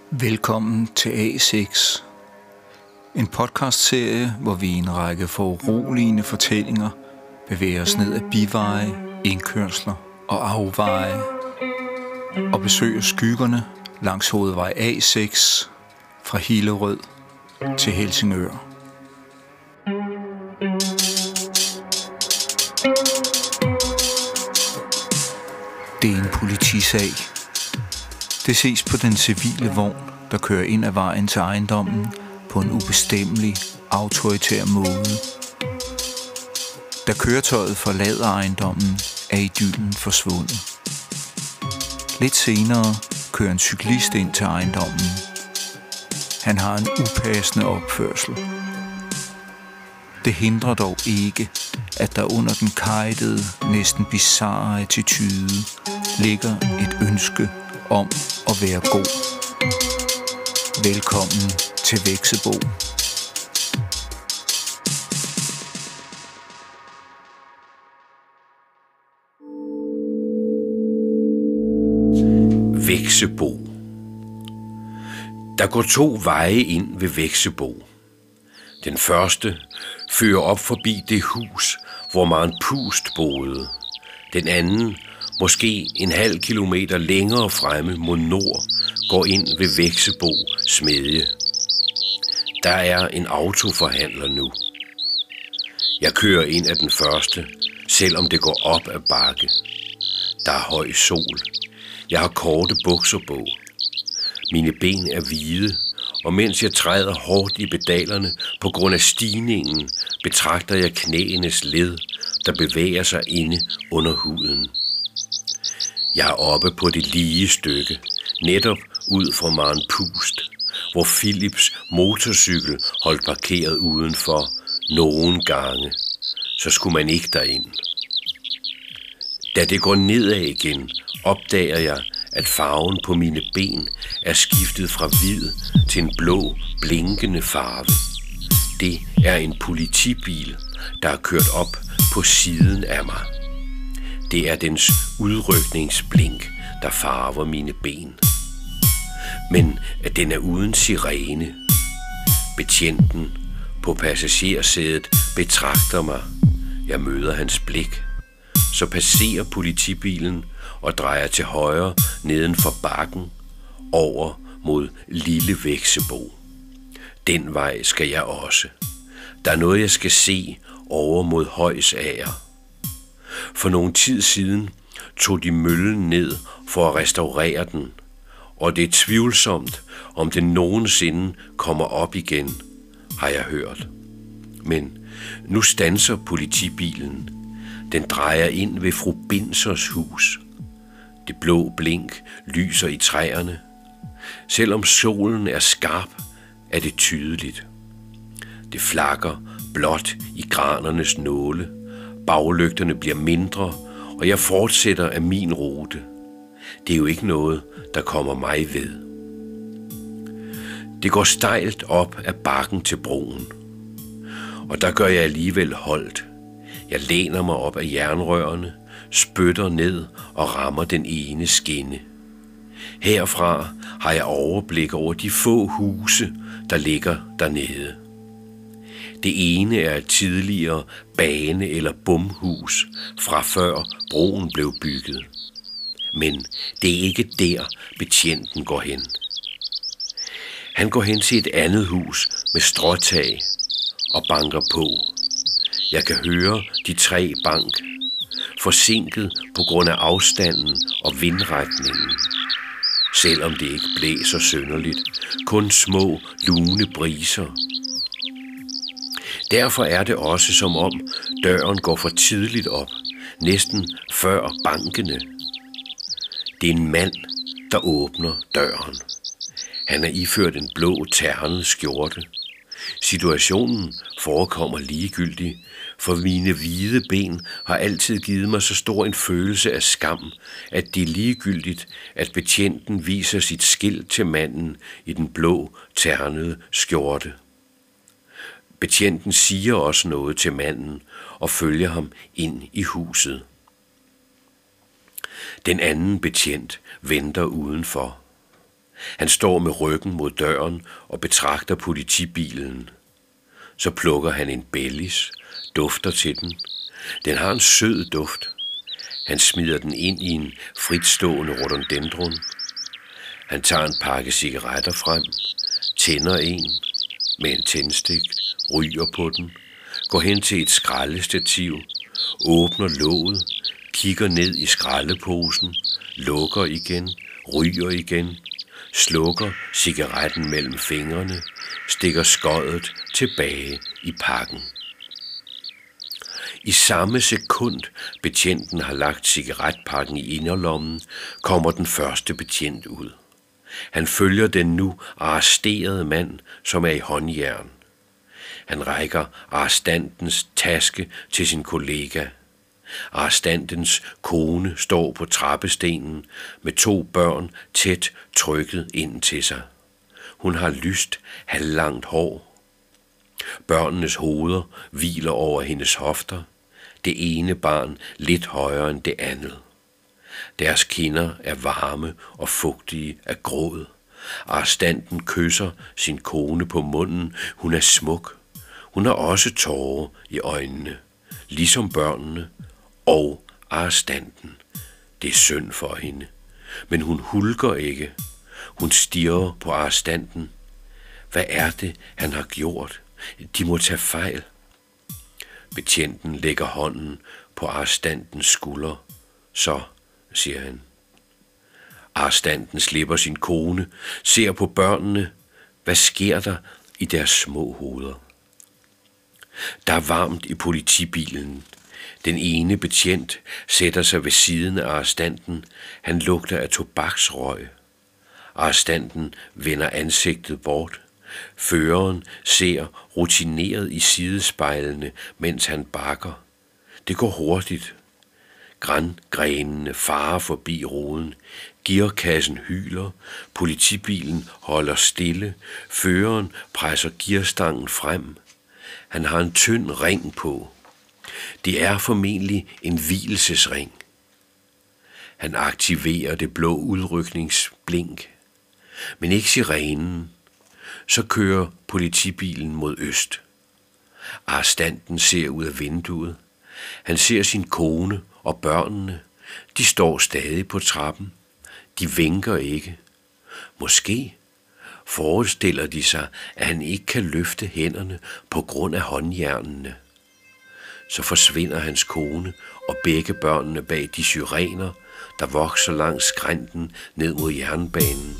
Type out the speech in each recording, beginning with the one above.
Velkommen til A6, en podcastserie, hvor vi i en række foruroligende fortællinger bevæger os ned ad biveje, indkørsler og afveje og besøger skyggerne langs hovedvej A6 fra Hillerød til Helsingør. Det er en politisag. Det ses på den civile vogn, der kører ind ad vejen til ejendommen på en ubestemmelig, autoritær måde. Da køretøjet forlader ejendommen, er idyllen forsvundet. Lidt senere kører en cyklist ind til ejendommen. Han har en upassende opførsel. Det hindrer dog ikke, at der under den kejtede, næsten bizarre attitude ligger et ønske om at være god. Velkommen til Veksebo. Veksebo. Der går 2 veje ind ved Veksebo. Den første fører op forbi det hus, hvor Maren Pust boede. Den anden, måske en halv kilometer længere fremme mod nord, går ind ved Veksebo smedje. Der er en autoforhandler nu. Jeg kører ind af den første, selvom det går op ad bakke. Der er høj sol. Jeg har korte bukser på. Mine ben er hvide, og mens jeg træder hårdt i pedalerne på grund af stigningen, betragter jeg knæenes led, der bevæger sig inde under huden. Jeg er oppe på det lige stykke, netop ud fra Maren Pust, hvor Philips motorcykel holdt parkeret udenfor nogle gange. Så skulle man ikke derind. Da det går nedad igen, opdager jeg, at farven på mine ben er skiftet fra hvid til en blå, blinkende farve. Det er en politibil, der er kørt op på siden af mig. Det er dens udrykningsblink, der farver mine ben. Men at den er uden sirene. Betjenten på passagersædet betragter mig. Jeg møder hans blik. Så passerer politibilen og drejer til højre neden for bakken over mod Lille Veksebo. Den vej skal jeg også. Der er noget, jeg skal se over mod Højsager. For nogen tid siden tog de møllen ned for at restaurere den, og det er tvivlsomt, om den nogensinde kommer op igen, har jeg hørt. Men nu standser politibilen. Den drejer ind ved fru Bindsers hus. Det blå blink lyser i træerne. Selvom solen er skarp, er det tydeligt. Det flakker blåt i granernes nåle. Baglygterne bliver mindre, og jeg fortsætter af min rute. Det er jo ikke noget, der kommer mig ved. Det går stejlt op ad bakken til broen, og der gør jeg alligevel holdt. Jeg læner mig op af jernrørene, spytter ned og rammer den ene skinne. Herfra har jeg overblik over de få huse, der ligger dernede. Det ene er et tidligere bane- eller bomhus fra før broen blev bygget. Men det er ikke der, betjenten går hen. Han går hen til et andet hus med stråtag og banker på. Jeg kan høre de 3 bank, forsinket på grund af afstanden og vindretningen. Selvom det ikke blæser synderligt, kun små, lune briser. Derfor er det også som om døren går for tidligt op, næsten før bankene. Det er en mand, der åbner døren. Han er iført en blå ternet skjorte. Situationen forekommer ligegyldig, for mine hvide ben har altid givet mig så stor en følelse af skam, at det er ligegyldigt, at betjenten viser sit skilt til manden i den blå ternede skjorte. Betjenten siger også noget til manden og følger ham ind i huset. Den anden betjent venter udenfor. Han står med ryggen mod døren og betragter politibilen. Så plukker han en bellis, dufter til den. Den har en sød duft. Han smider den ind i en fritstående rhododendron. Han tager en pakke cigaretter frem, tænder en med en tændstik, ryger på den, går hen til et skraldestativ, åbner låget, kigger ned i skraldeposen, lukker igen, ryger igen, slukker cigaretten mellem fingrene, stikker skoddet tilbage i pakken. I samme sekund betjenten har lagt cigaretpakken i inderlommen, kommer den første betjent ud. Han følger den nu arresterede mand, som er i håndjern. Han rækker arrestantens taske til sin kollega. Arrestantens kone står på trappestenen med 2 børn tæt trykket ind til sig. Hun har lyst, halvlangt hår. Børnenes hoveder hviler over hendes hofter. Det ene barn lidt højere end det andet. Deres kinder er varme og fugtige af gråd. Arrestanten kysser sin kone på munden. Hun er smuk. Hun har også tårer i øjnene, ligesom børnene og arrestanten. Det er synd for hende, men hun hulker ikke. Hun stirrer på arrestanten. Hvad er det, han har gjort? De må tage fejl. Betjenten lægger hånden på arrestantens skulder. Så, siger han. Arrestanten slipper sin kone, ser på børnene. Hvad sker der i deres små hoveder? Der er varmt i politibilen. Den ene betjent sætter sig ved siden af arrestanten. Han lugter af tobaksrøg. Arrestanten vender ansigtet bort. Føreren ser rutineret i sidespejlene, mens han bakker. Det går hurtigt. Grangrenene farer forbi ruden. Gearkassen hyler. Politibilen holder stille. Føreren presser gearstangen frem. Han har en tynd ring på. Det er formentlig en vielsesring. Han aktiverer det blå udrykningsblink, men ikke sirenen. Så kører politibilen mod øst. Arrestanten ser ud af vinduet. Han ser sin kone og børnene. De står stadig på trappen. De vinker ikke. Måske forestiller de sig, at han ikke kan løfte hænderne på grund af håndjernene. Så forsvinder hans kone og begge børnene bag de syrener, der vokser langs skrænten ned mod jernbanen.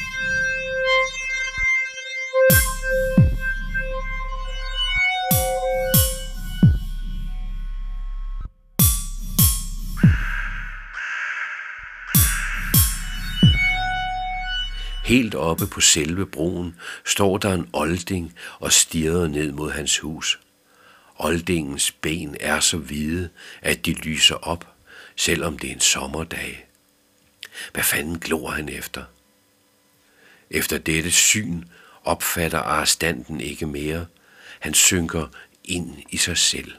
Helt oppe på selve broen står der en olding og stirrer ned mod hans hus. Oldingens ben er så hvide, at de lyser op, selvom det er en sommerdag. Hvad fanden glor han efter? Efter dette syn opfatter arrestanten ikke mere. Han synker ind i sig selv.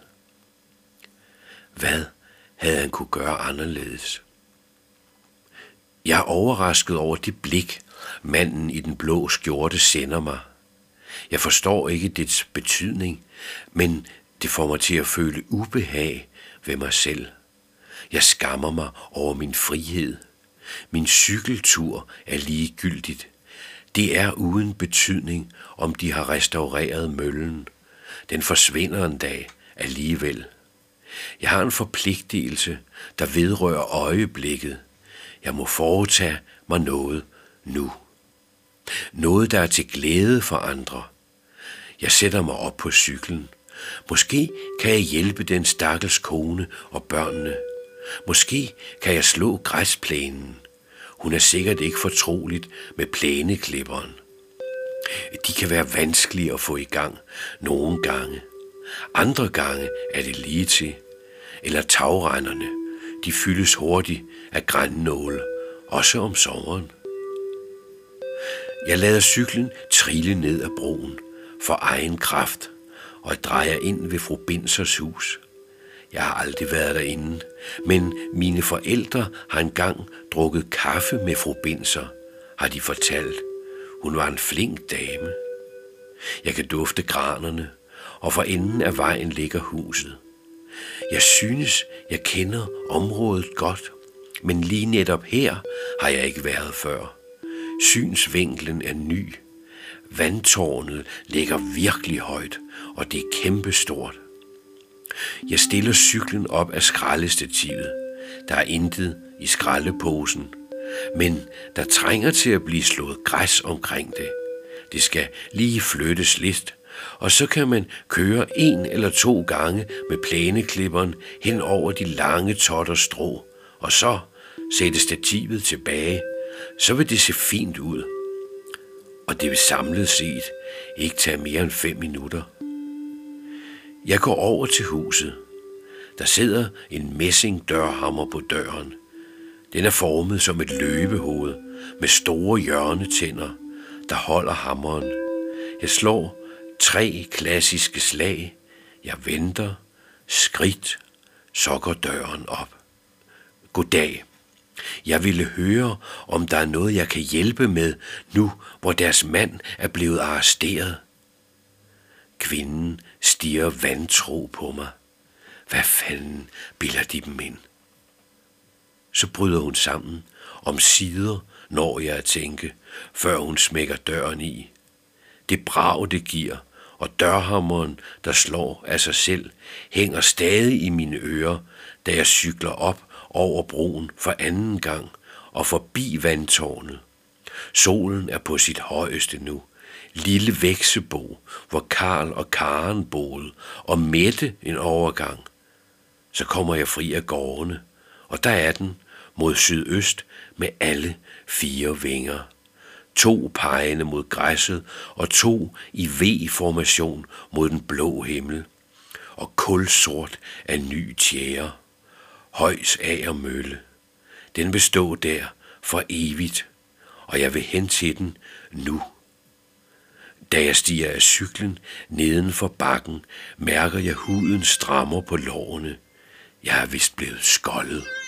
Hvad havde han kunne gøre anderledes? Jeg er overrasket over det blik, manden i den blå skjorte sender mig. Jeg forstår ikke dets betydning, men det får mig til at føle ubehag ved mig selv. Jeg skammer mig over min frihed. Min cykeltur er ligegyldigt. Det er uden betydning, om de har restaureret møllen. Den forsvinder en dag alligevel. Jeg har en forpligtelse, der vedrører øjeblikket. Jeg må foretage mig noget nu. Noget, der er til glæde for andre. Jeg sætter mig op på cyklen. Måske kan jeg hjælpe den stakkels kone og børnene. Måske kan jeg slå græsplænen. Hun er sikkert ikke fortroligt med plæneklipperen. De kan være vanskelige at få i gang nogle gange. Andre gange er det lige til. Eller tagrenderne. De fyldes hurtigt af grænnåle, også om sommeren. Jeg lader cyklen trille ned ad broen for egen kraft, og jeg drejer ind ved fru Bindsers hus. Jeg har aldrig været derinde, men mine forældre har engang drukket kaffe med fru Bindser, har de fortalt. Hun var en flink dame. Jeg kan dufte granerne, og for enden af vejen ligger huset. Jeg synes, jeg kender området godt, men lige netop her har jeg ikke været før. Synsvinklen er ny. Vandtårnet ligger virkelig højt, og det er kæmpestort. Jeg stiller cyklen op af skraldestativet. Der er intet i skraldeposen, men der trænger til at blive slået græs omkring det. Det skal lige flyttes lidt, og så kan man køre 1 eller 2 gange med plæneklipperen hen over de lange totter strå, og så sætte stativet tilbage. Så vil det se fint ud, og det vil samlet set ikke tage mere end 5 minutter. Jeg går over til huset. Der sidder en messingdørhammer på døren. Den er formet som et løvehoved med store hjørnetænder, der holder hammeren. Jeg slår 3 klassiske slag. Jeg venter. Skridt. Så går døren op. Goddag. Jeg ville høre, om der er noget, jeg kan hjælpe med, nu hvor deres mand er blevet arresteret. Kvinden stirrer vantro på mig. Hvad fanden bilder de dem ind? Så bryder hun sammen. Omsider når jeg at tænke, før hun smækker døren i. Det brag det giver, og dørhammeren, der slår af sig selv, hænger stadig i mine ører, da jeg cykler op over broen for anden gang og forbi vandtårnet. Solen er på sit højeste nu. Lille Veksebo, hvor Karl og Karen boede, og Mette en overgang. Så kommer jeg fri af gårdene, og der er den mod sydøst med alle 4 vinger. 2 pegende mod græsset, og 2 i V-formation mod den blå himmel. Og kulsort af ny tjære. Højs agermølle. Den vil stå der for evigt, og jeg vil hen til den nu. Da jeg stiger af cyklen neden for bakken, mærker jeg huden strammer på lårene. Jeg er vist blevet skoldet.